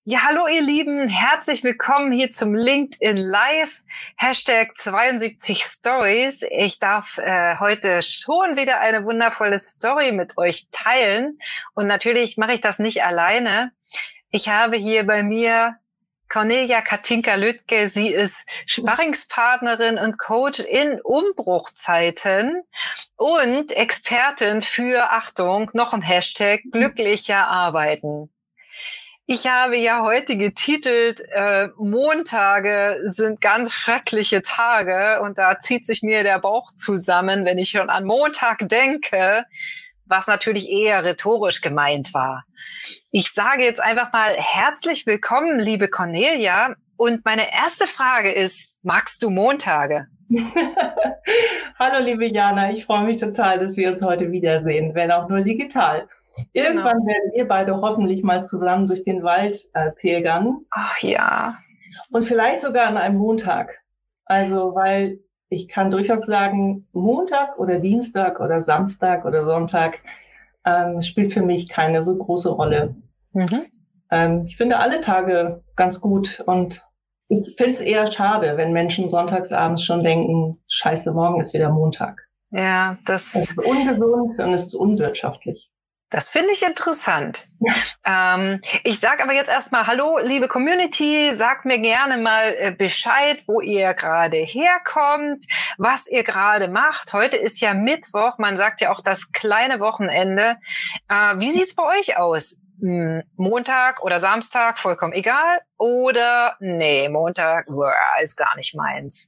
Ja, hallo ihr Lieben, herzlich willkommen hier zum LinkedIn Live, Hashtag 72 Stories. Ich darf heute schon wieder eine wundervolle Story mit euch teilen und natürlich mache ich das nicht alleine. Ich habe hier bei mir Cornelia Katinka-Lüttke. Sie ist Sparringspartnerin und Coach in Umbruchzeiten und Expertin für, Achtung, noch ein Hashtag, glücklicher Arbeiten. Ich habe ja heute getitelt, Montage sind ganz schreckliche Tage und da zieht sich mir der Bauch zusammen, wenn ich schon an Montag denke, was natürlich eher rhetorisch gemeint war. Ich sage jetzt einfach mal herzlich willkommen, liebe Cornelia. Und meine erste Frage ist, magst du Montage? Hallo, liebe Jana, ich freue mich total, dass wir uns heute wiedersehen, wenn auch nur digital. Irgendwann werden wir beide hoffentlich mal zusammen durch den Wald pilgern. Ach ja. Und vielleicht sogar an einem Montag. Also, weil ich kann durchaus sagen, Montag oder Dienstag oder Samstag oder Sonntag spielt für mich keine so große Rolle. Ich finde alle Tage ganz gut und ich finde es eher schade, wenn Menschen sonntagsabends schon denken, scheiße, morgen ist wieder Montag. Ja, das ist ungesund und es ist unwirtschaftlich. Das finde ich interessant. Ich sage aber jetzt erstmal, hallo, liebe Community, sagt mir gerne mal Bescheid, wo ihr gerade herkommt, was ihr gerade macht. Heute ist ja Mittwoch, man sagt ja auch das kleine Wochenende. Wie sieht's bei euch aus? Montag oder Samstag, vollkommen egal? Oder nee, Montag ist gar nicht meins.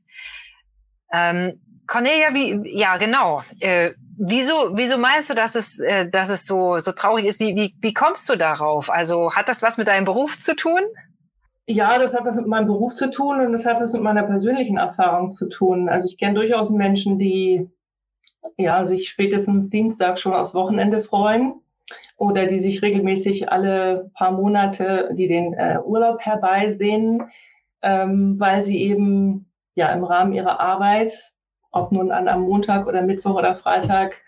Cornelia, ja genau. Wieso meinst du, dass es so traurig ist? Wie kommst du darauf? Also hat das was mit deinem Beruf zu tun? Ja, das hat was mit meinem Beruf zu tun und das hat was mit meiner persönlichen Erfahrung zu tun. Also ich kenne durchaus Menschen, die sich spätestens Dienstag schon aufs Wochenende freuen oder die sich regelmäßig alle paar Monate den Urlaub herbeisehen, weil sie eben im Rahmen ihrer Arbeit, ob nun an einem Montag oder Mittwoch oder Freitag,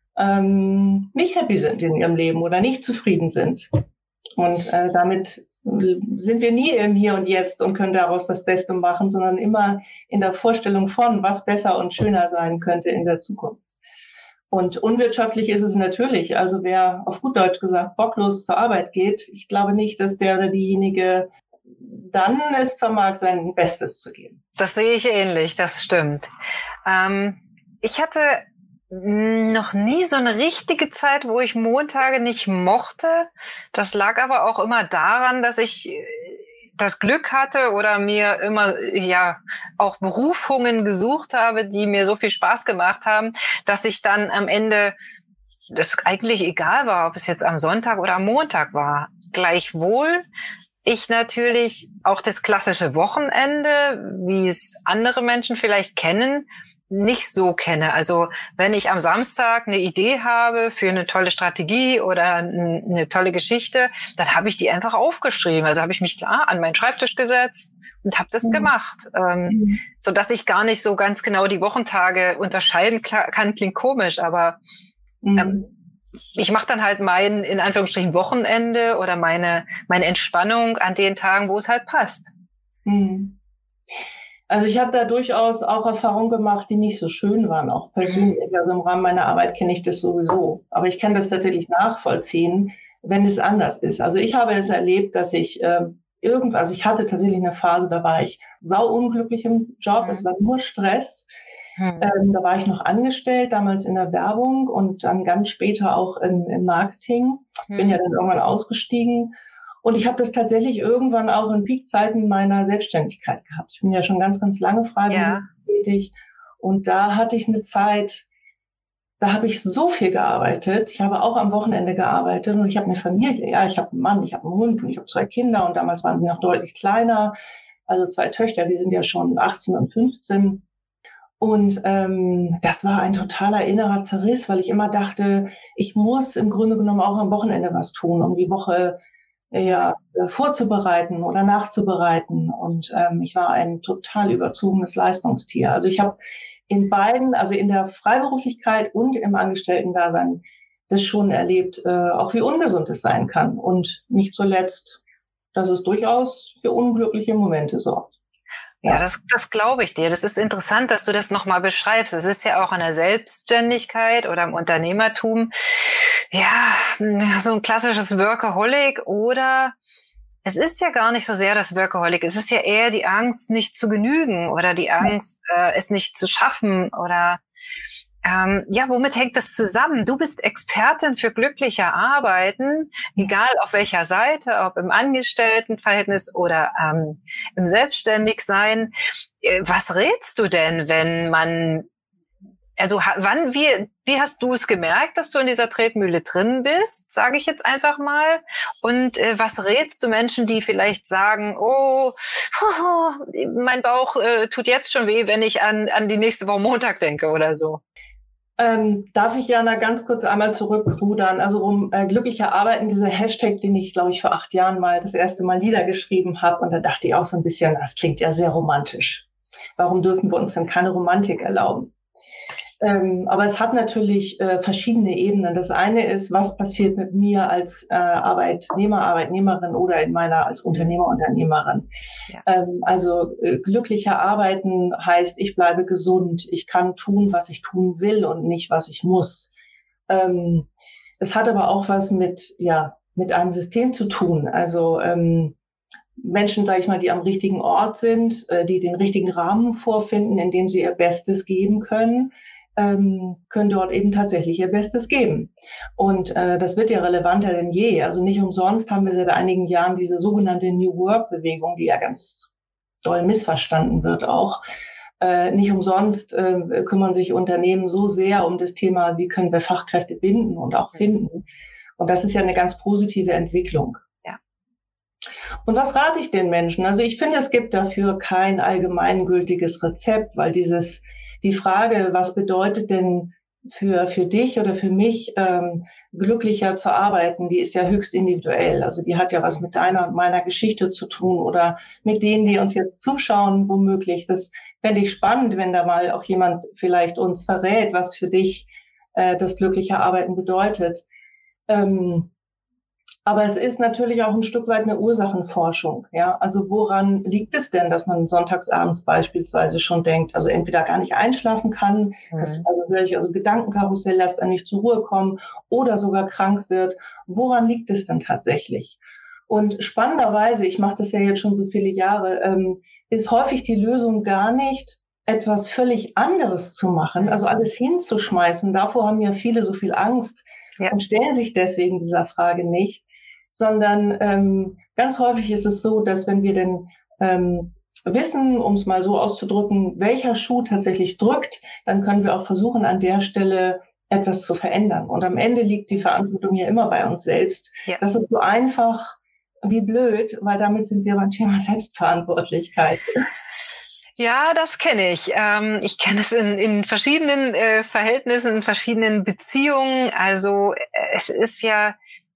nicht happy sind in ihrem Leben oder nicht zufrieden sind. Und damit sind wir nie im Hier und Jetzt und können daraus das Beste machen, sondern immer in der Vorstellung von, was besser und schöner sein könnte in der Zukunft. Und unwirtschaftlich ist es natürlich. Also wer auf gut Deutsch gesagt bocklos zur Arbeit geht, ich glaube nicht, dass der oder diejenige dann es vermag, sein Bestes zu geben. Das sehe ich ähnlich, das stimmt. Ich hatte noch nie so eine richtige Zeit, wo ich Montage nicht mochte. Das lag aber auch immer daran, dass ich das Glück hatte oder mir immer auch Berufungen gesucht habe, die mir so viel Spaß gemacht haben, dass ich dann am Ende das eigentlich egal war, ob es jetzt am Sonntag oder am Montag war. Gleichwohl ich natürlich auch das klassische Wochenende, wie es andere Menschen vielleicht kennen, nicht so kenne. Also wenn ich am Samstag eine Idee habe für eine tolle Strategie oder eine tolle Geschichte, dann habe ich die einfach aufgeschrieben. Also habe ich mich klar an meinen Schreibtisch gesetzt und habe das gemacht, so dass ich gar nicht so ganz genau die Wochentage unterscheiden kann. Klingt komisch, aber ich mache dann halt mein, in Anführungsstrichen, Wochenende oder meine Entspannung an den Tagen, wo es halt passt. Also ich habe da durchaus auch Erfahrungen gemacht, die nicht so schön waren, auch persönlich. Also im Rahmen meiner Arbeit kenne ich das sowieso. Aber ich kann das tatsächlich nachvollziehen, wenn es anders ist. Also ich habe es erlebt, dass ich ich hatte tatsächlich eine Phase, da war ich sauunglücklich im Job. Es war nur Stress. Da war ich noch angestellt, damals in der Werbung und dann ganz später auch im Marketing. Bin ja dann irgendwann ausgestiegen. Und ich habe das tatsächlich irgendwann auch in Peakzeiten meiner Selbstständigkeit gehabt. Ich bin ja schon ganz, ganz lange freiberuflich tätig. Und da hatte ich eine Zeit, da habe ich so viel gearbeitet. Ich habe auch am Wochenende gearbeitet und ich habe eine Familie. Ja, ich habe einen Mann, ich habe einen Hund und ich habe 2 Kinder und damals waren sie noch deutlich kleiner. Also 2 Töchter, die sind ja schon 18 und 15. Und das war ein totaler innerer Zerriss, weil ich immer dachte, ich muss im Grunde genommen auch am Wochenende was tun, um die Woche vorzubereiten oder nachzubereiten. Und ich war ein total überzogenes Leistungstier. Also ich habe in beiden, also in der Freiberuflichkeit und im Angestellten-Dasein, das schon erlebt, auch wie ungesund es sein kann. Und nicht zuletzt dass es durchaus für unglückliche Momente sorgt. Ja, das glaube ich dir. Das ist interessant, dass du das nochmal beschreibst. Es ist ja auch in der Selbstständigkeit oder im Unternehmertum, ja, so ein klassisches Workaholic oder es ist ja gar nicht so sehr das Workaholic. Es ist ja eher die Angst, nicht zu genügen oder die Angst, es nicht zu schaffen oder ja, womit hängt das zusammen? Du bist Expertin für glückliche Arbeiten, egal auf welcher Seite, ob im Angestelltenverhältnis oder im Selbstständigsein. Was rätst du denn, wenn man, also wie hast du es gemerkt, dass du in dieser Tretmühle drin bist, sage ich jetzt einfach mal? Und was rätst du Menschen, die vielleicht sagen, mein Bauch tut jetzt schon weh, wenn ich an die nächste Woche Montag denke oder so? Darf ich, Jana, ganz kurz einmal zurückrudern? Also glücklicher Arbeiten, dieser Hashtag, den ich, glaube ich, vor 8 Jahren mal das erste Mal niedergeschrieben habe. Und da dachte ich auch so ein bisschen, das klingt ja sehr romantisch. Warum dürfen wir uns denn keine Romantik erlauben? Aber es hat natürlich verschiedene Ebenen. Das eine ist, was passiert mit mir als Arbeitnehmer, Arbeitnehmerin oder als Unternehmer, Unternehmerin. Ja. Glücklicher Arbeiten heißt, ich bleibe gesund, ich kann tun, was ich tun will und nicht, was ich muss. Es hat aber auch was mit einem System zu tun. Also Menschen, sage ich mal, die am richtigen Ort sind, die den richtigen Rahmen vorfinden, in dem sie ihr Bestes geben können dort eben tatsächlich ihr Bestes geben. Und das wird ja relevanter denn je. Also nicht umsonst haben wir seit einigen Jahren diese sogenannte New Work-Bewegung, die ja ganz doll missverstanden wird auch. Nicht umsonst kümmern sich Unternehmen so sehr um das Thema, wie können wir Fachkräfte binden und auch finden. Und das ist ja eine ganz positive Entwicklung. Ja. Und was rate ich den Menschen? Also ich finde, es gibt dafür kein allgemeingültiges Rezept, weil die Frage, was bedeutet denn für dich oder für mich glücklicher zu arbeiten, die ist ja höchst individuell. Also die hat ja was mit deiner und meiner Geschichte zu tun oder mit denen, die uns jetzt zuschauen, womöglich. Das fände ich spannend, wenn da mal auch jemand vielleicht uns verrät, was für dich das glückliche Arbeiten bedeutet. Aber es ist natürlich auch ein Stück weit eine Ursachenforschung. Ja, also woran liegt es denn, dass man sonntagsabends beispielsweise schon denkt, also entweder gar nicht einschlafen kann, Gedankenkarussell lässt einen nicht zur Ruhe kommen oder sogar krank wird. Woran liegt es denn tatsächlich? Und spannenderweise, ich mache das ja jetzt schon so viele Jahre, ist häufig die Lösung gar nicht, etwas völlig anderes zu machen, also alles hinzuschmeißen. Davor haben ja viele so viel Angst und stellen sich deswegen dieser Frage nicht. Sondern ganz häufig ist es so, dass wenn wir denn wissen, um es mal so auszudrücken, welcher Schuh tatsächlich drückt, dann können wir auch versuchen, an der Stelle etwas zu verändern. Und am Ende liegt die Verantwortung ja immer bei uns selbst. Ja. Das ist so einfach wie blöd, weil damit sind wir beim Thema Selbstverantwortlichkeit. Ja, das kenne ich. Ich kenne es in verschiedenen Verhältnissen, in verschiedenen Beziehungen. Also es ist ja,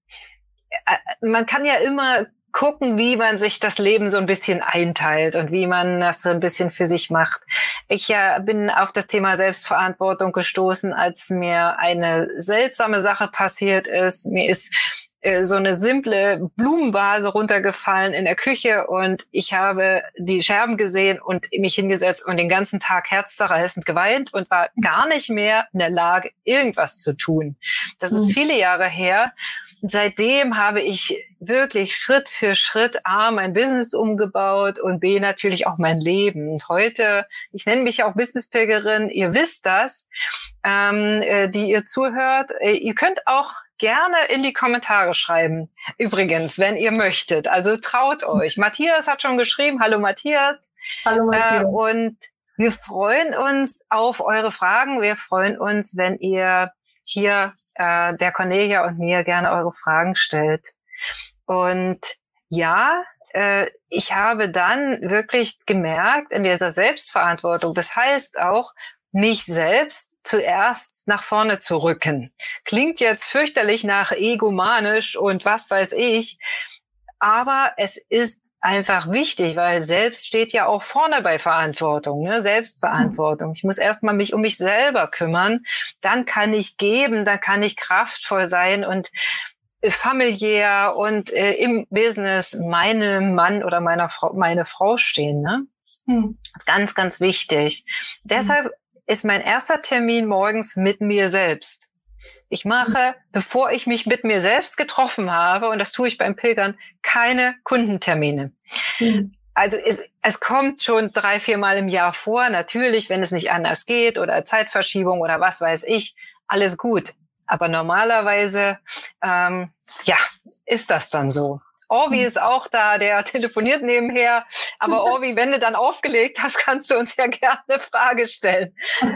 man kann ja immer gucken, wie man sich das Leben so ein bisschen einteilt und wie man das so ein bisschen für sich macht. Ich bin auf das Thema Selbstverantwortung gestoßen, als mir eine seltsame Sache passiert ist. Mir ist so eine simple Blumenvase runtergefallen in der Küche und ich habe die Scherben gesehen und mich hingesetzt und den ganzen Tag herzzerreißend geweint und war gar nicht mehr in der Lage, irgendwas zu tun. Das ist viele Jahre her. Seitdem habe ich wirklich Schritt für Schritt A, mein Business umgebaut und B, natürlich auch mein Leben. Und heute, ich nenne mich auch Businesspilgerin, ihr wisst das, die ihr zuhört. Ihr könnt auch gerne in die Kommentare schreiben, übrigens, wenn ihr möchtet. Also traut euch. Matthias hat schon geschrieben. Hallo Matthias. Hallo Matthias. Und wir freuen uns auf eure Fragen. Wir freuen uns, wenn ihr hier der Cornelia und mir gerne eure Fragen stellt. Und ja, ich habe dann wirklich gemerkt in dieser Selbstverantwortung, das heißt auch, mich selbst zuerst nach vorne zu rücken. Klingt jetzt fürchterlich nach egomanisch und was weiß ich, aber es ist einfach wichtig, weil selbst steht ja auch vorne bei Verantwortung, ne? Selbstverantwortung. Ich muss erstmal mich um mich selber kümmern, dann kann ich geben, dann kann ich kraftvoll sein und familiär und im Business meinem Mann oder meine Frau stehen, ne? Das ist ganz, ganz wichtig. Deshalb ist mein erster Termin morgens mit mir selbst. Ich mache, bevor ich mich mit mir selbst getroffen habe, und das tue ich beim Pilgern, keine Kundentermine. Also es kommt schon 3-4 Mal im Jahr vor, natürlich, wenn es nicht anders geht oder Zeitverschiebung oder was weiß ich, alles gut. Aber normalerweise, ist das dann so. Orvi ist auch da, der telefoniert nebenher. Aber Orvi, wenn du dann aufgelegt hast, kannst du uns ja gerne eine Frage stellen.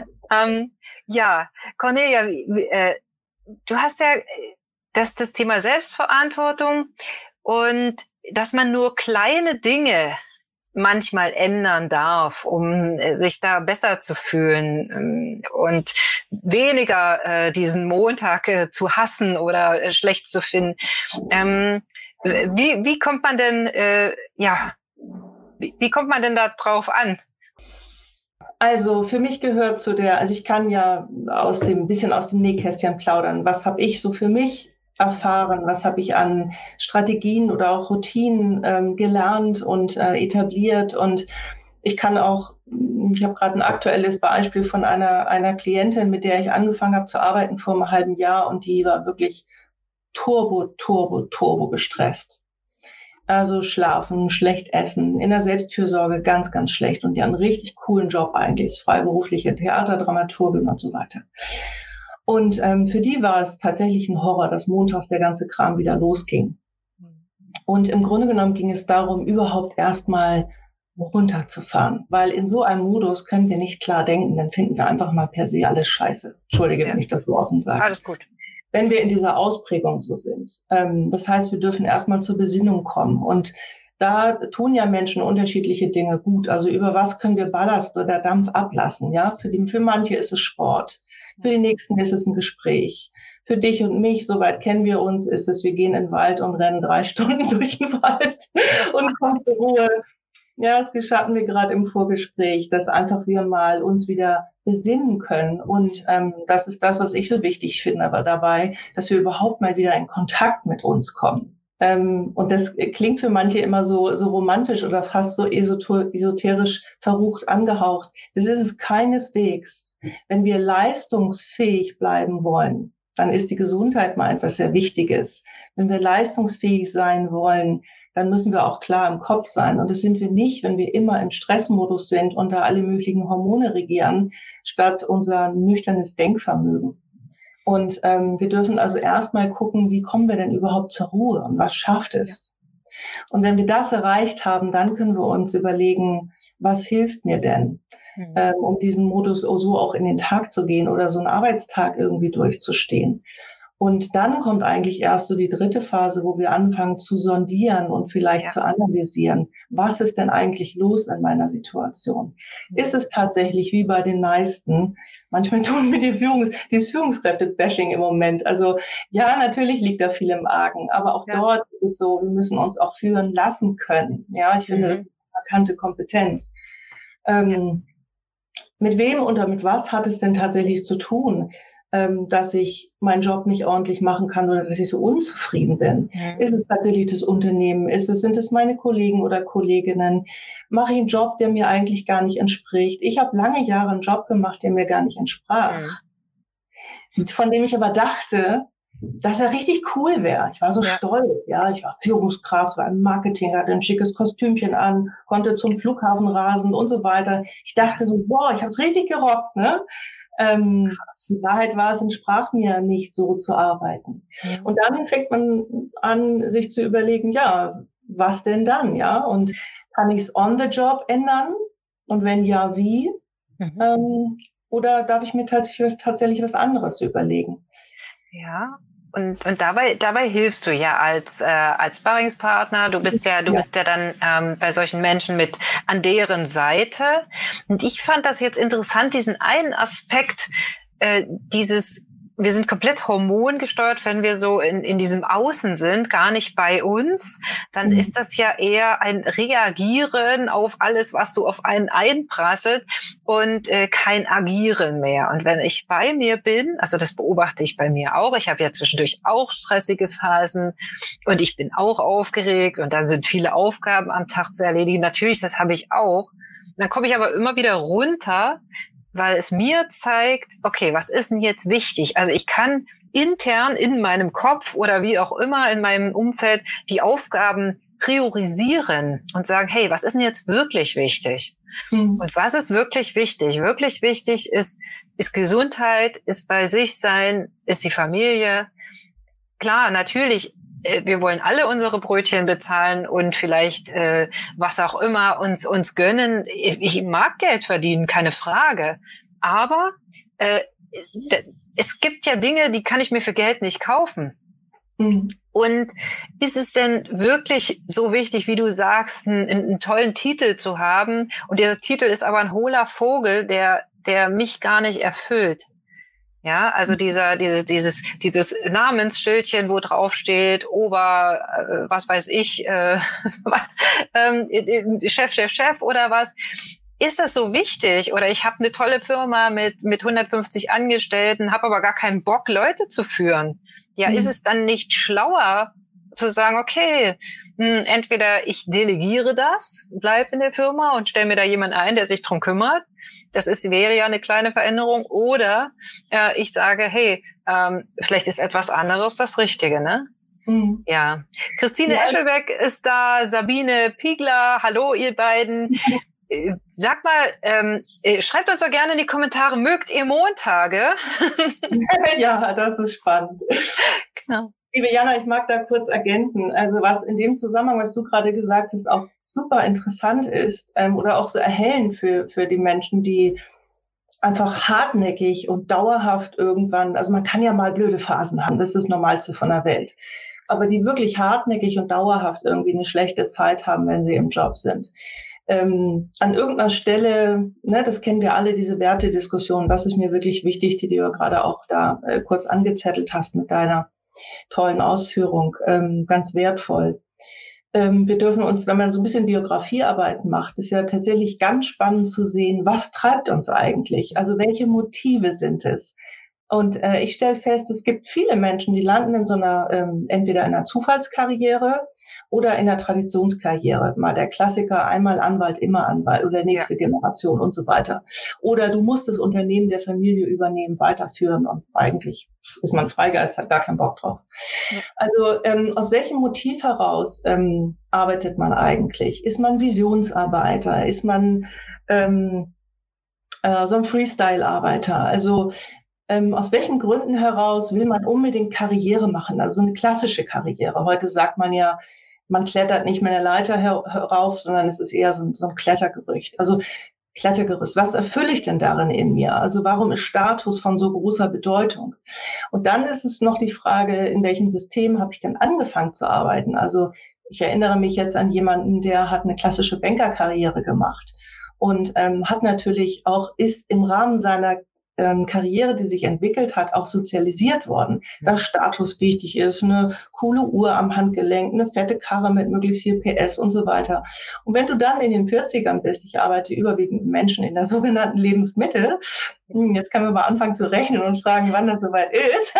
Cornelia, du hast ja das Thema Selbstverantwortung und dass man nur kleine Dinge manchmal ändern darf, um sich da besser zu fühlen und weniger diesen Montag zu hassen oder schlecht zu finden. Wie kommt man denn, wie kommt man denn da drauf an? Also für mich gehört also ich kann ja aus dem Nähkästchen plaudern. Was habe ich so für mich erfahren? Was habe ich an Strategien oder auch Routinen gelernt und etabliert? Und ich habe gerade ein aktuelles Beispiel von einer Klientin, mit der ich angefangen habe zu arbeiten vor einem halben Jahr, und die war wirklich turbo gestresst. Also schlafen, schlecht essen, in der Selbstfürsorge ganz, ganz schlecht. Und die hat einen richtig coolen Job eigentlich, ist freiberufliche Theaterdramaturgin und so weiter. Und für die war es tatsächlich ein Horror, dass montags der ganze Kram wieder losging. Und im Grunde genommen ging es darum, überhaupt erstmal runterzufahren. Weil in so einem Modus können wir nicht klar denken, dann finden wir einfach mal per se alles scheiße. Entschuldige, wenn ich das so offen sage. Alles gut. Wenn wir in dieser Ausprägung so sind. Das heißt, wir dürfen erstmal zur Besinnung kommen. Und da tun ja Menschen unterschiedliche Dinge gut. Also über was können wir Ballast oder Dampf ablassen? Ja, für manche ist es Sport. Für die nächsten ist es ein Gespräch. Für dich und mich, soweit kennen wir uns, ist es, wir gehen in den Wald und rennen 3 Stunden durch den Wald und kommen zur Ruhe. Ja, das hatten wir gerade im Vorgespräch, dass einfach wir mal uns wieder besinnen können. Und das ist das, was ich so wichtig finde, aber dabei, dass wir überhaupt mal wieder in Kontakt mit uns kommen. Und das klingt für manche immer so romantisch oder fast so esoterisch verrucht angehaucht. Das ist es keineswegs. Wenn wir leistungsfähig bleiben wollen, dann ist die Gesundheit mal etwas sehr Wichtiges. Wenn wir leistungsfähig sein wollen, dann müssen wir auch klar im Kopf sein. Und das sind wir nicht, wenn wir immer im Stressmodus sind und da alle möglichen Hormone regieren, statt unser nüchternes Denkvermögen. Und wir dürfen also erstmal gucken, wie kommen wir denn überhaupt zur Ruhe und was schafft es? Und wenn wir das erreicht haben, dann können wir uns überlegen, was hilft mir denn, um diesen Modus so auch in den Tag zu gehen oder so einen Arbeitstag irgendwie durchzustehen. Und dann kommt eigentlich erst so die dritte Phase, wo wir anfangen zu sondieren und vielleicht zu analysieren, was ist denn eigentlich los in meiner Situation? Ist es tatsächlich wie bei den meisten? Manchmal tun mir dieses Führungskräfte-Bashing im Moment. Also ja, natürlich liegt da viel im Argen, aber auch dort ist es so, wir müssen uns auch führen lassen können. Ja, ich finde, das ist eine markante Kompetenz. Mit wem oder mit was hat es denn tatsächlich zu tun, dass ich meinen Job nicht ordentlich machen kann oder dass ich so unzufrieden bin? Ist es tatsächlich das Unternehmen? Sind es meine Kollegen oder Kolleginnen? Mache ich einen Job, der mir eigentlich gar nicht entspricht? Ich habe lange Jahre einen Job gemacht, der mir gar nicht entsprach, von dem ich aber dachte, dass er richtig cool wäre. Ich war so stolz, ich war Führungskraft, war im Marketing, hatte ein schickes Kostümchen an, konnte zum Flughafen rasen und so weiter. Ich dachte so, boah, ich habe es richtig gerockt, ne? Die Wahrheit war, es entsprach mir nicht, so zu arbeiten. Und dann fängt man an, sich zu überlegen, was denn dann, Und kann ich es on the job ändern? Und wenn ja, wie? Oder darf ich mir tatsächlich was anderes überlegen? Ja. Und dabei hilfst du ja als Sparringspartner. Du bist ja dann bei solchen Menschen mit an deren Seite. Und ich fand das jetzt interessant, diesen einen Aspekt, dieses wir sind komplett hormongesteuert, wenn wir so in diesem Außen sind, gar nicht bei uns, dann ist das ja eher ein Reagieren auf alles, was so auf einen einprasselt und kein Agieren mehr. Und wenn ich bei mir bin, also das beobachte ich bei mir auch, ich habe ja zwischendurch auch stressige Phasen und ich bin auch aufgeregt und da sind viele Aufgaben am Tag zu erledigen. Natürlich, das habe ich auch. Dann komme ich aber immer wieder runter, weil es mir zeigt, okay, was ist denn jetzt wichtig? Also ich kann intern in meinem Kopf oder wie auch immer in meinem Umfeld die Aufgaben priorisieren und sagen, hey, was ist denn jetzt wirklich wichtig? Und was ist wirklich wichtig? Wirklich wichtig ist Gesundheit, ist bei sich sein, ist die Familie. Klar, natürlich, wir wollen alle unsere Brötchen bezahlen und vielleicht was auch immer uns gönnen. Ich mag Geld verdienen, keine Frage. Aber es gibt ja Dinge, die kann ich mir für Geld nicht kaufen. Und ist es denn wirklich so wichtig, wie du sagst, einen tollen Titel zu haben? Und dieser Titel ist aber ein hohler Vogel, der mich gar nicht erfüllt. Ja, also dieses Namensschildchen, wo drauf steht, was weiß ich, Chef oder was. Ist das so wichtig? Oder ich habe eine tolle Firma mit 150 Angestellten, habe aber gar keinen Bock, Leute zu führen. Ja, ist es dann nicht schlauer zu sagen, okay, entweder ich delegiere das, bleib in der Firma und stelle mir da jemanden ein, der sich drum kümmert. Wäre ja eine kleine Veränderung. Oder ich sage, hey, vielleicht ist etwas anderes das Richtige, ne? Ja. Christine Eschelbeck ist da, Sabine Piegler, hallo ihr beiden. Sag mal, schreibt uns doch gerne in die Kommentare, mögt ihr Montage? Ja, das ist spannend. Genau. Liebe Jana, ich mag da kurz ergänzen. Also was in dem Zusammenhang, was du gerade gesagt hast, auch super interessant ist oder auch so erhellend für die Menschen, die einfach hartnäckig und dauerhaft irgendwann, also man kann ja mal blöde Phasen haben, das ist das Normalste von der Welt, aber die wirklich hartnäckig und dauerhaft irgendwie eine schlechte Zeit haben, wenn sie im Job sind. An irgendeiner Stelle, ne, das kennen wir alle, diese Wertediskussion, was ist mir wirklich wichtig, die du ja gerade auch da kurz angezettelt hast mit deiner tollen Ausführung, ganz wertvoll. Wir dürfen uns, wenn man so ein bisschen Biografiearbeit macht, ist ja tatsächlich ganz spannend zu sehen, was treibt uns eigentlich? Also welche Motive sind es? Und ich stelle fest, es gibt viele Menschen, die landen in so einer, entweder in einer Zufallskarriere oder in der Traditionskarriere. Mal der Klassiker, einmal Anwalt, immer Anwalt oder nächste Generation und so weiter. Oder du musst das Unternehmen der Familie übernehmen, weiterführen und eigentlich ist man Freigeist, hat gar keinen Bock drauf. Ja. Also aus welchem Motiv heraus arbeitet man eigentlich? Ist man Visionsarbeiter? Ist man so ein Freestyle-Arbeiter? Also aus welchen Gründen heraus will man unbedingt Karriere machen? Also so eine klassische Karriere. Heute sagt man ja, man klettert nicht mehr eine Leiter herauf, sondern es ist eher so ein Klettergerüst. Also Klettergerüst. Was erfülle ich denn darin in mir? Also warum ist Status von so großer Bedeutung? Und dann ist es noch die Frage, in welchem System habe ich denn angefangen zu arbeiten? Also ich erinnere mich jetzt an jemanden, der hat eine klassische Bankerkarriere gemacht und hat natürlich auch, ist im Rahmen seiner Karriere, die sich entwickelt hat, auch sozialisiert worden, dass Status wichtig ist, eine coole Uhr am Handgelenk, eine fette Karre mit möglichst viel PS und so weiter. Und wenn du dann in den 40ern bist, ich arbeite überwiegend mit Menschen in der sogenannten Lebensmitte, jetzt können wir mal anfangen zu rechnen und fragen, wann das soweit ist.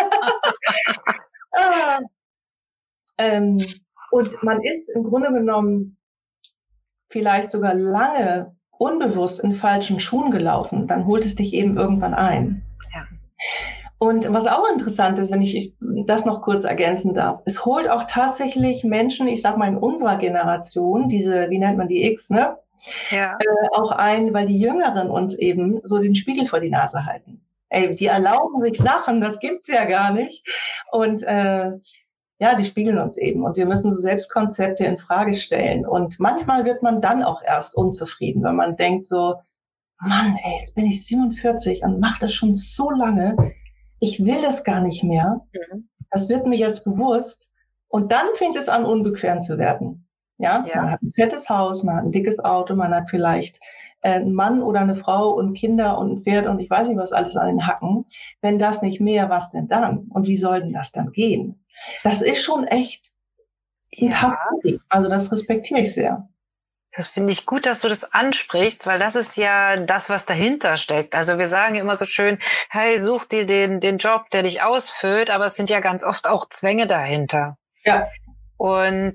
Und man ist im Grunde genommen vielleicht sogar lange unbewusst in falschen Schuhen gelaufen, dann holt es dich eben irgendwann ein. Ja. Und was auch interessant ist, wenn ich das noch kurz ergänzen darf, es holt auch tatsächlich Menschen, ich sag mal in unserer Generation, diese, wie nennt man die X, ne? Ja. Auch ein, weil die Jüngeren uns eben so den Spiegel vor die Nase halten. Ey, die erlauben sich Sachen, das gibt's ja gar nicht. Und ja, die spiegeln uns eben und wir müssen so Selbstkonzepte in Frage stellen. Und manchmal wird man dann auch erst unzufrieden, wenn man denkt so, Mann, ey, jetzt bin ich 47 und mache das schon so lange. Ich will das gar nicht mehr. Das wird mir jetzt bewusst. Und dann fängt es an, unbequem zu werden. Ja, man hat ein fettes Haus, man hat ein dickes Auto, man hat vielleicht ein Mann oder eine Frau und Kinder und ein Pferd und ich weiß nicht was alles an den Hacken. Wenn das nicht mehr, was denn dann? Und wie soll denn das dann gehen? Das ist schon echt ein Tabu. Also das respektiere ich sehr. Das finde ich gut, dass du das ansprichst, weil das ist ja das, was dahinter steckt. Also wir sagen immer so schön, hey, such dir den Job, der dich ausfüllt, aber es sind ja ganz oft auch Zwänge dahinter. Ja. Und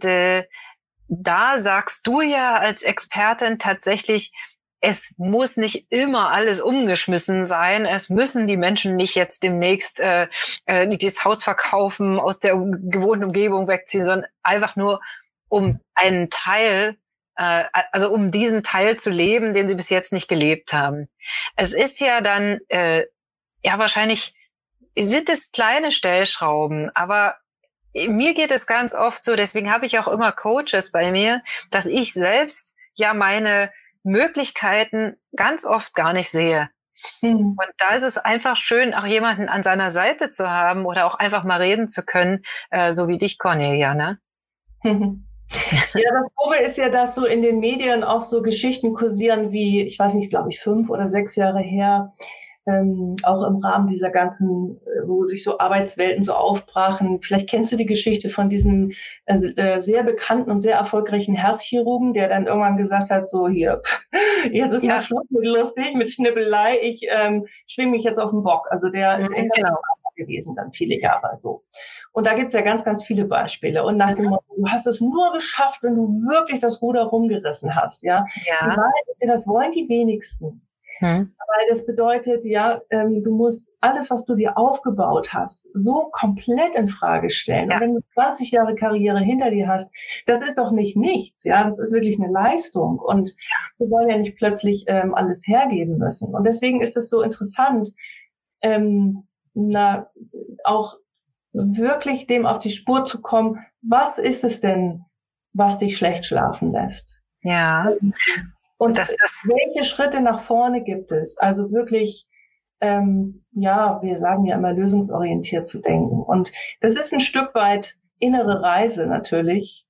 da sagst du ja als Expertin tatsächlich, es muss nicht immer alles umgeschmissen sein. Es müssen die Menschen nicht jetzt demnächst das Haus verkaufen, aus der gewohnten Umgebung wegziehen, sondern einfach nur um einen Teil, also um diesen Teil zu leben, den sie bis jetzt nicht gelebt haben. Es ist ja dann, ja wahrscheinlich sind es kleine Stellschrauben, aber mir geht es ganz oft so, deswegen habe ich auch immer Coaches bei mir, dass ich selbst ja meine Möglichkeiten ganz oft gar nicht sehe. Und da ist es einfach schön, auch jemanden an seiner Seite zu haben oder auch einfach mal reden zu können, so wie dich, Cornelia, ne? Ja, das Doofe ist ja, dass so in den Medien auch so Geschichten kursieren wie, ich weiß nicht, glaube ich, 5 oder 6 Jahre her, auch im Rahmen dieser ganzen, wo sich so Arbeitswelten so aufbrachen. Vielleicht kennst du die Geschichte von diesem sehr bekannten und sehr erfolgreichen Herzchirurgen, der dann irgendwann gesagt hat, so hier, jetzt ist mal Schluss mit lustig, mit Schnippelei, ich schwinge mich jetzt auf den Bock. Also der ist echt gewesen dann viele Jahre so. Und da gibt's ja ganz, ganz viele Beispiele. Und nach dem Motto, du hast es nur geschafft, wenn du wirklich das Ruder rumgerissen hast. Ja? Die Wahrheit ist ja, das wollen die wenigsten. Weil das bedeutet, ja, du musst alles, was du dir aufgebaut hast, so komplett in Frage stellen. Und wenn du 20 Jahre Karriere hinter dir hast, das ist doch nicht nichts. Ja, das ist wirklich eine Leistung. Und wir wollen ja nicht plötzlich alles hergeben müssen. Und deswegen ist es so interessant, auch wirklich dem auf die Spur zu kommen, was ist es denn, was dich schlecht schlafen lässt? Ja. Und welche Schritte nach vorne gibt es? Also wirklich, wir sagen ja immer, lösungsorientiert zu denken. Und das ist ein Stück weit innere Reise natürlich.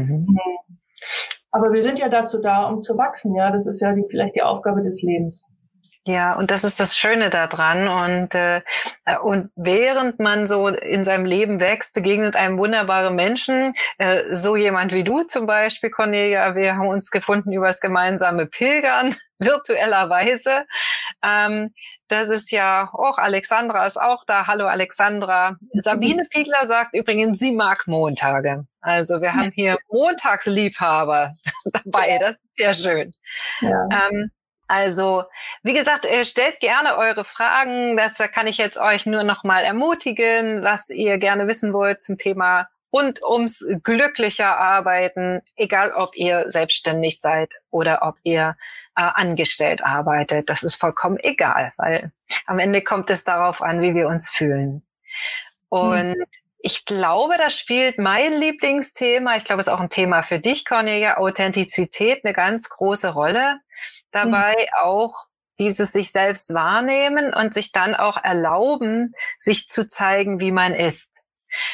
Aber wir sind ja dazu da, um zu wachsen. Ja, das ist ja vielleicht die Aufgabe des Lebens. Ja, und das ist das Schöne daran. Und während man so in seinem Leben wächst, begegnet einem wunderbare Menschen. So jemand wie du zum Beispiel, Cornelia. Wir haben uns gefunden über das gemeinsame Pilgern, virtuellerweise. Das ist ja, Alexandra ist auch da. Hallo Alexandra. Sabine Piegler sagt übrigens, sie mag Montage. Also wir haben hier Montagsliebhaber dabei. Das ist ja schön. Ja. Also, wie gesagt, stellt gerne eure Fragen. Da kann ich jetzt euch nur noch mal ermutigen, was ihr gerne wissen wollt zum Thema rund ums glücklicher Arbeiten, egal ob ihr selbstständig seid oder ob ihr angestellt arbeitet. Das ist vollkommen egal, weil am Ende kommt es darauf an, wie wir uns fühlen. Und ich glaube, da spielt mein Lieblingsthema, ich glaube, es ist auch ein Thema für dich, Cornelia, Authentizität, eine ganz große Rolle. Dabei auch dieses sich selbst wahrnehmen und sich dann auch erlauben, sich zu zeigen, wie man ist.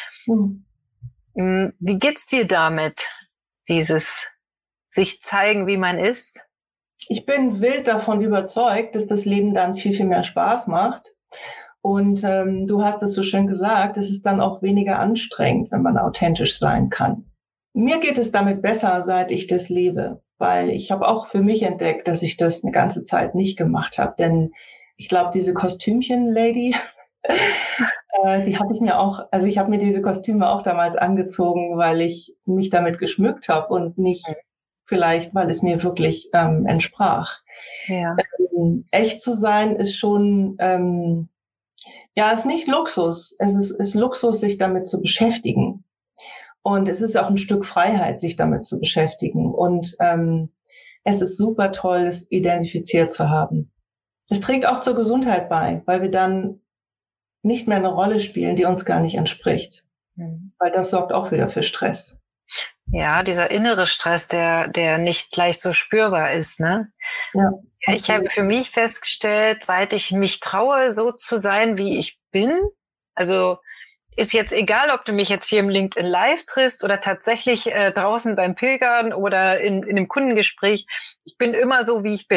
Wie geht's dir damit, dieses sich zeigen, wie man ist? Ich bin wild davon überzeugt, dass das Leben dann viel, viel mehr Spaß macht. Und du hast es so schön gesagt, es ist dann auch weniger anstrengend, wenn man authentisch sein kann. Mir geht es damit besser, seit ich das lebe, weil ich habe auch für mich entdeckt, dass ich das eine ganze Zeit nicht gemacht habe. Denn ich glaube, diese Kostümchen-Lady, die habe ich mir auch, also ich habe mir diese Kostüme auch damals angezogen, weil ich mich damit geschmückt habe und nicht vielleicht, weil es mir wirklich entsprach. Ja. Echt zu sein ist schon, ist nicht Luxus. Es ist Luxus, sich damit zu beschäftigen. Und es ist auch ein Stück Freiheit, sich damit zu beschäftigen. Und es ist super toll, es identifiziert zu haben. Es trägt auch zur Gesundheit bei, weil wir dann nicht mehr eine Rolle spielen, die uns gar nicht entspricht. Weil das sorgt auch wieder für Stress. Ja, dieser innere Stress, der nicht gleich so spürbar ist, ne? Ja. Ich habe für mich festgestellt, seit ich mich traue, so zu sein, wie ich bin, also ist jetzt egal, ob du mich jetzt hier im LinkedIn Live triffst oder tatsächlich draußen beim Pilgern oder in einem Kundengespräch. Ich bin immer so, wie ich bin.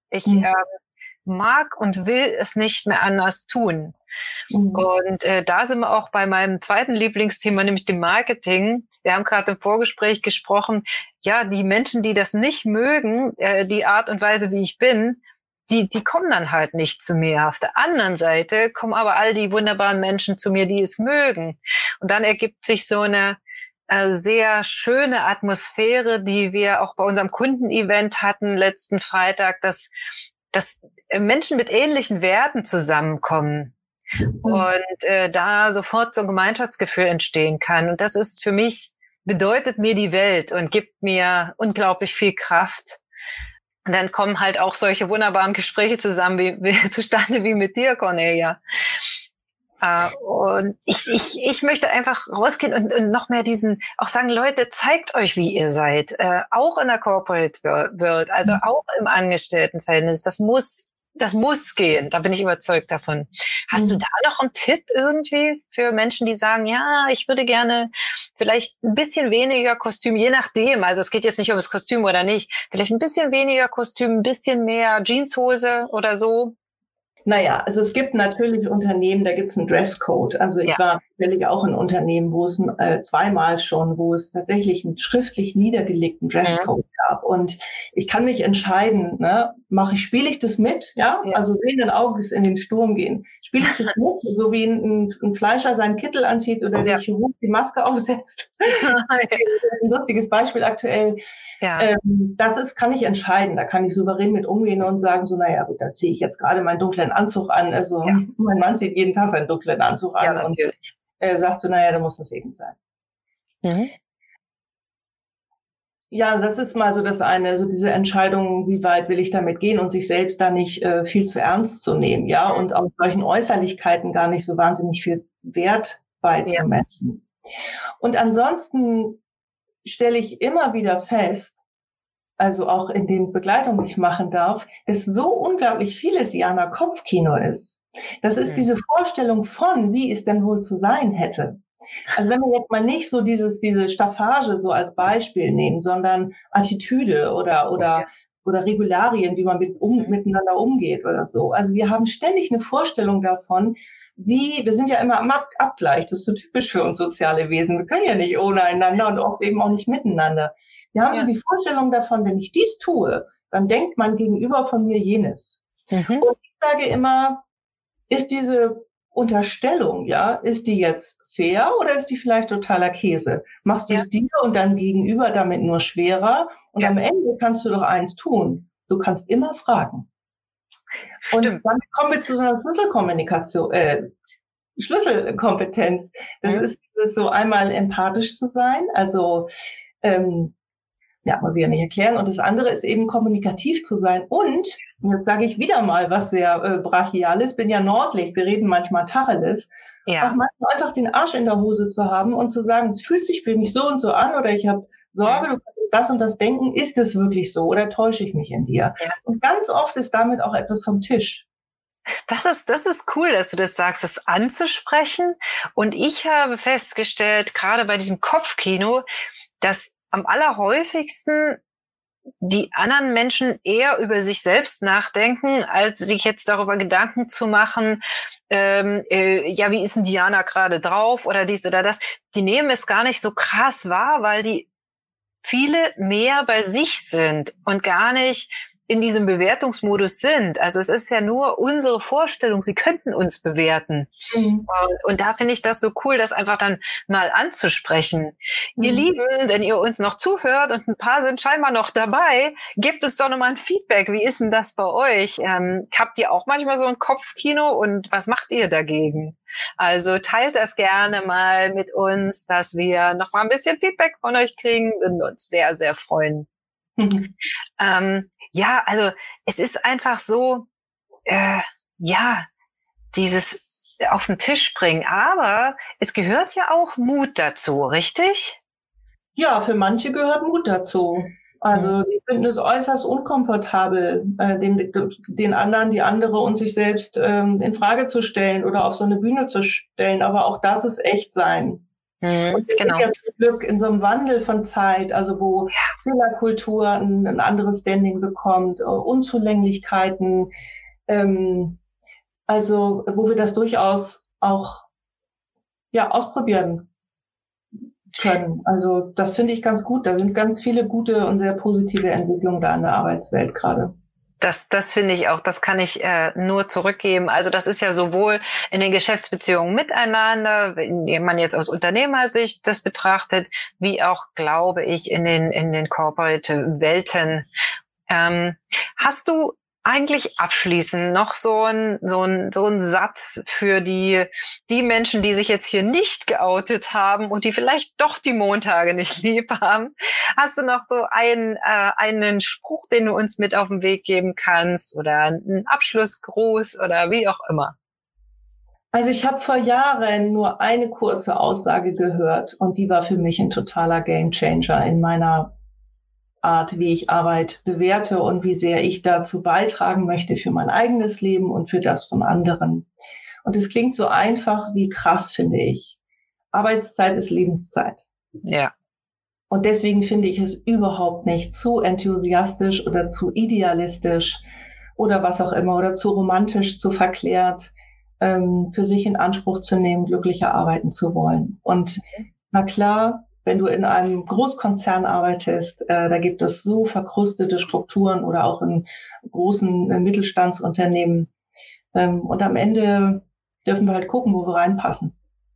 Ich mag und will es nicht mehr anders tun. Und da sind wir auch bei meinem zweiten Lieblingsthema, nämlich dem Marketing. Wir haben gerade im Vorgespräch gesprochen, ja, die Menschen, die das nicht mögen, die Art und Weise, wie ich bin, die kommen dann halt nicht zu mir. Auf der anderen Seite kommen aber all die wunderbaren Menschen zu mir, die es mögen. Und dann ergibt sich so eine sehr schöne Atmosphäre, die wir auch bei unserem Kundenevent hatten letzten Freitag, dass Menschen mit ähnlichen Werten zusammenkommen und da sofort so ein Gemeinschaftsgefühl entstehen kann. Und das ist für mich, bedeutet mir die Welt und gibt mir unglaublich viel Kraft. Und dann kommen halt auch solche wunderbaren Gespräche zustande wie mit dir, Cornelia. Und ich möchte einfach rausgehen und noch mehr auch sagen, Leute, zeigt euch, wie ihr seid. Auch in der Corporate World, also auch im Angestelltenverhältnis. Das muss gehen. Da bin ich überzeugt davon. Hast du da noch einen Tipp irgendwie für Menschen, die sagen, ja, ich würde gerne vielleicht ein bisschen weniger Kostüm, je nachdem. Also es geht jetzt nicht um das Kostüm oder nicht. Vielleicht ein bisschen weniger Kostüm, ein bisschen mehr Jeanshose oder so. Naja, also es gibt natürlich Unternehmen, da gibt es einen Dresscode. Also ich war tatsächlich auch in Unternehmen, wo es zweimal schon, wo es tatsächlich einen schriftlich niedergelegten Dresscode gab. Und ich kann mich entscheiden, ne, spiele ich das mit, ja? Also sehenden Auges in den Sturm gehen. Spiele ich das mit, so wie ein Fleischer seinen Kittel anzieht oder der Chirurg die Maske aufsetzt. Ein lustiges Beispiel aktuell. Ja. Kann ich entscheiden. Da kann ich souverän mit umgehen und sagen so, naja, gut, da ziehe ich jetzt gerade meinen dunklen Anzug an. Also mein Mann zieht jeden Tag seinen dunklen Anzug an und sagt so, naja, da muss das eben sein. Ja, das ist mal so das eine, so diese Entscheidung, wie weit will ich damit gehen und sich selbst da nicht viel zu ernst zu nehmen, ja, und auch solchen Äußerlichkeiten gar nicht so wahnsinnig viel Wert beizumessen. Und ansonsten stelle ich immer wieder fest, also auch in den Begleitungen, die ich machen darf, dass so unglaublich vieles Jana Kopfkino ist. Das ist diese Vorstellung von, wie es denn wohl zu sein hätte. Also wenn wir jetzt mal nicht so diese Staffage so als Beispiel nehmen, sondern Attitüde oder Regularien, wie man miteinander umgeht oder so. Also wir haben ständig eine Vorstellung davon, wir sind ja immer am Abgleich, das ist so typisch für uns soziale Wesen. Wir können ja nicht ohne einander und oft eben auch nicht miteinander. Wir haben so die Vorstellung davon, wenn ich dies tue, dann denkt mein Gegenüber von mir jenes. Und ich sage immer, ist diese Unterstellung, ist die jetzt fair oder ist die vielleicht totaler Käse? Machst du es dir und deinem Gegenüber damit nur schwerer? Und am Ende kannst du doch eins tun. Du kannst immer fragen. Und dann kommen wir zu so einer Schlüsselkompetenz. Das ist so einmal empathisch zu sein, also muss ich ja nicht erklären. Und das andere ist eben kommunikativ zu sein. Und jetzt sage ich wieder mal was sehr Brachiales, bin ja Nordlicht, wir reden manchmal Tacheles. Auch manchmal einfach den Arsch in der Hose zu haben und zu sagen, es fühlt sich für mich so und so an oder ich habe Sorge, du könntest das und das denken, ist es wirklich so oder täusche ich mich in dir? Ja. Und ganz oft ist damit auch etwas vom Tisch. Das ist cool, dass du das sagst, das anzusprechen. Und ich habe festgestellt, gerade bei diesem Kopfkino, dass am allerhäufigsten die anderen Menschen eher über sich selbst nachdenken, als sich jetzt darüber Gedanken zu machen, wie ist denn Diana gerade drauf oder dies oder das. Die nehmen es gar nicht so krass wahr, weil die viele mehr bei sich sind und gar nicht in diesem Bewertungsmodus sind. Also es ist ja nur unsere Vorstellung, sie könnten uns bewerten. Und da finde ich das so cool, das einfach dann mal anzusprechen. Ihr Lieben, wenn ihr uns noch zuhört und ein paar sind scheinbar noch dabei, gebt uns doch nochmal ein Feedback. Wie ist denn das bei euch? Habt ihr auch manchmal so ein Kopfkino und was macht ihr dagegen? Also teilt das gerne mal mit uns, dass wir noch mal ein bisschen Feedback von euch kriegen. Würden wir uns sehr, sehr freuen. Also es ist einfach so, dieses auf den Tisch bringen. Aber es gehört ja auch Mut dazu, richtig? Ja, für manche gehört Mut dazu. Also die finden es äußerst unkomfortabel, den anderen, die andere und sich selbst in Frage zu stellen oder auf so eine Bühne zu stellen. Aber auch das ist echt sein. Und wir sind ja zum Glück in so einem Wandel von Zeit, also wo Fehlerkultur ein anderes Standing bekommt, Unzulänglichkeiten, also wo wir das durchaus auch ausprobieren können. Also das finde ich ganz gut. Da sind ganz viele gute und sehr positive Entwicklungen da in der Arbeitswelt gerade. Das finde ich auch, das kann ich nur zurückgeben. Also das ist ja sowohl in den Geschäftsbeziehungen miteinander, wenn man jetzt aus Unternehmersicht das betrachtet, wie auch, glaube ich, in den Corporate-Welten. Hast du eigentlich abschließend noch so ein Satz für die Menschen, die sich jetzt hier nicht geoutet haben und die vielleicht doch die Montage nicht lieb haben? Hast du noch so einen Spruch, den du uns mit auf den Weg geben kannst oder einen Abschlussgruß oder wie auch immer? Also ich habe vor Jahren nur eine kurze Aussage gehört und die war für mich ein totaler Gamechanger in meiner Art, wie ich Arbeit bewerte und wie sehr ich dazu beitragen möchte für mein eigenes Leben und für das von anderen. Und es klingt so einfach wie krass, finde ich. Arbeitszeit ist Lebenszeit. Ja. Und deswegen finde ich es überhaupt nicht zu enthusiastisch oder zu idealistisch oder was auch immer oder zu romantisch, zu verklärt, für sich in Anspruch zu nehmen, glücklicher arbeiten zu wollen. Und na klar, wenn du in einem Großkonzern arbeitest, da gibt es so verkrustete Strukturen oder auch in großen Mittelstandsunternehmen. Und am Ende dürfen wir halt gucken, wo wir reinpassen.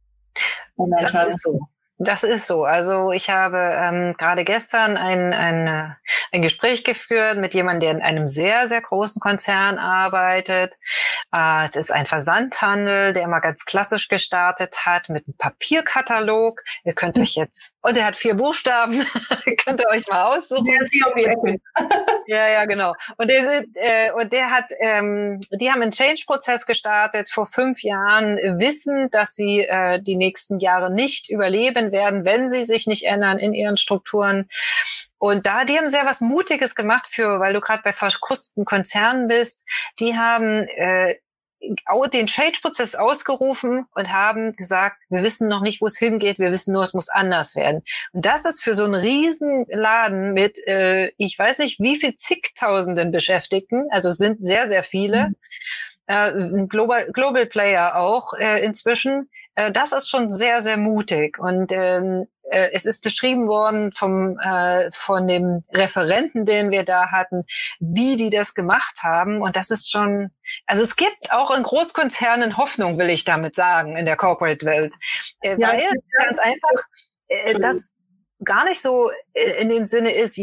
Das ist so. Also ich habe gerade gestern ein Gespräch geführt mit jemandem, der in einem sehr, sehr großen Konzern arbeitet. Es ist ein Versandhandel, der mal ganz klassisch gestartet hat mit einem Papierkatalog. Ihr könnt euch jetzt, und er hat 4 Buchstaben, könnt ihr euch mal aussuchen. Ja, genau. Und der hat, die haben einen Change-Prozess gestartet vor 5 Jahren, wissen, dass sie die nächsten Jahre nicht überleben werden, wenn sie sich nicht ändern in ihren Strukturen. Und die haben sehr was Mutiges gemacht weil du gerade bei verkrusteten Konzernen bist. Die haben den Change-Prozess ausgerufen und haben gesagt, wir wissen noch nicht, wo es hingeht, wir wissen nur, es muss anders werden. Und das ist für so einen riesen Laden mit, ich weiß nicht, wie viel zigtausenden Beschäftigten, also sind sehr, sehr viele, Global Player auch inzwischen. Das ist schon sehr, sehr mutig. Und es ist beschrieben worden von dem Referenten, den wir da hatten, wie die das gemacht haben. Und das ist schon, also es gibt auch in Großkonzernen Hoffnung, will ich damit sagen, in der Corporate-Welt. Weil ganz einfach das gar nicht so in dem Sinne ist,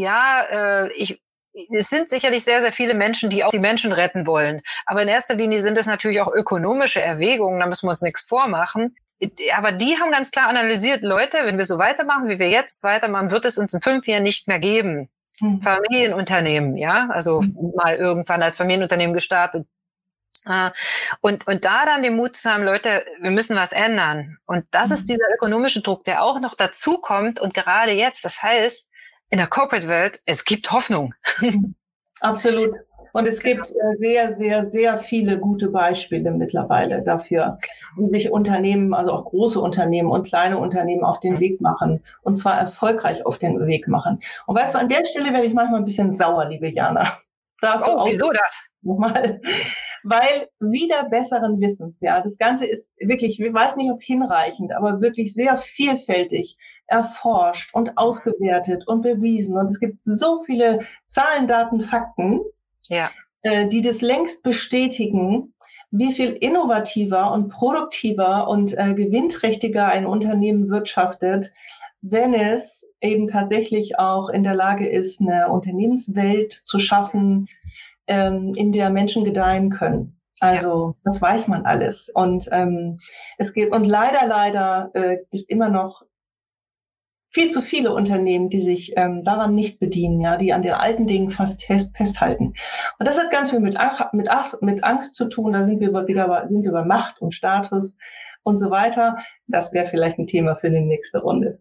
es sind sicherlich sehr, sehr viele Menschen, die auch die Menschen retten wollen. Aber in erster Linie sind es natürlich auch ökonomische Erwägungen, da müssen wir uns nichts vormachen. Aber die haben ganz klar analysiert, Leute, wenn wir so weitermachen, wie wir jetzt weitermachen, wird es uns in 5 Jahren nicht mehr geben. Familienunternehmen, ja, also mal irgendwann als Familienunternehmen gestartet. Und da dann den Mut zu haben, Leute, wir müssen was ändern. Und das ist dieser ökonomische Druck, der auch noch dazu kommt. Und gerade jetzt, das heißt, in der Corporate-Welt, es gibt Hoffnung. Absolut. Und es gibt sehr, sehr, sehr viele gute Beispiele mittlerweile dafür, wie sich Unternehmen, also auch große Unternehmen und kleine Unternehmen auf den Weg machen und zwar erfolgreich auf den Weg machen. Und weißt du, an der Stelle werde ich manchmal ein bisschen sauer, liebe Jana. Wieso das? Nochmal. Weil wieder besseren Wissens, ja, das Ganze ist wirklich, ich weiß nicht, ob hinreichend, aber wirklich sehr vielfältig erforscht und ausgewertet und bewiesen. Und es gibt so viele Zahlen, Daten, Fakten, die das längst bestätigen, wie viel innovativer und produktiver und gewinnträchtiger ein Unternehmen wirtschaftet, wenn es eben tatsächlich auch in der Lage ist, eine Unternehmenswelt zu schaffen, in der Menschen gedeihen können. Also das weiß man alles. Und es geht, und leider ist immer noch viel zu viele Unternehmen, die sich daran nicht bedienen, ja, die an den alten Dingen fast festhalten. Und das hat ganz viel mit Angst zu tun. Da sind wir bei Macht und Status und so weiter. Das wäre vielleicht ein Thema für die nächste Runde.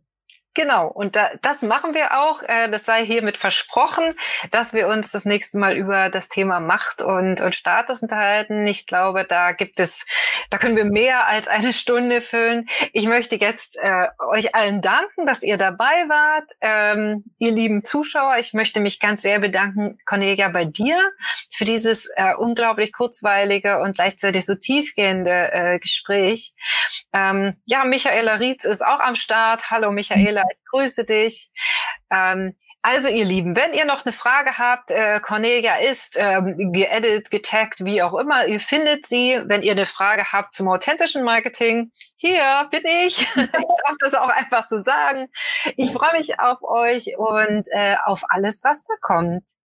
Genau, und das machen wir auch. Das sei hiermit versprochen, dass wir uns das nächste Mal über das Thema Macht und Status unterhalten. Ich glaube, da können wir mehr als eine Stunde füllen. Ich möchte jetzt euch allen danken, dass ihr dabei wart. Ihr lieben Zuschauer, ich möchte mich ganz sehr bedanken, Cornelia, bei dir für dieses unglaublich kurzweilige und gleichzeitig so tiefgehende Gespräch. Michaela Rietz ist auch am Start. Hallo Michaela, ich grüße dich. Also ihr Lieben, wenn ihr noch eine Frage habt, Cornelia ist geedit, getaggt, wie auch immer, ihr findet sie. Wenn ihr eine Frage habt zum authentischen Marketing, hier bin ich. Ich darf das auch einfach so sagen. Ich freue mich auf euch und auf alles, was da kommt.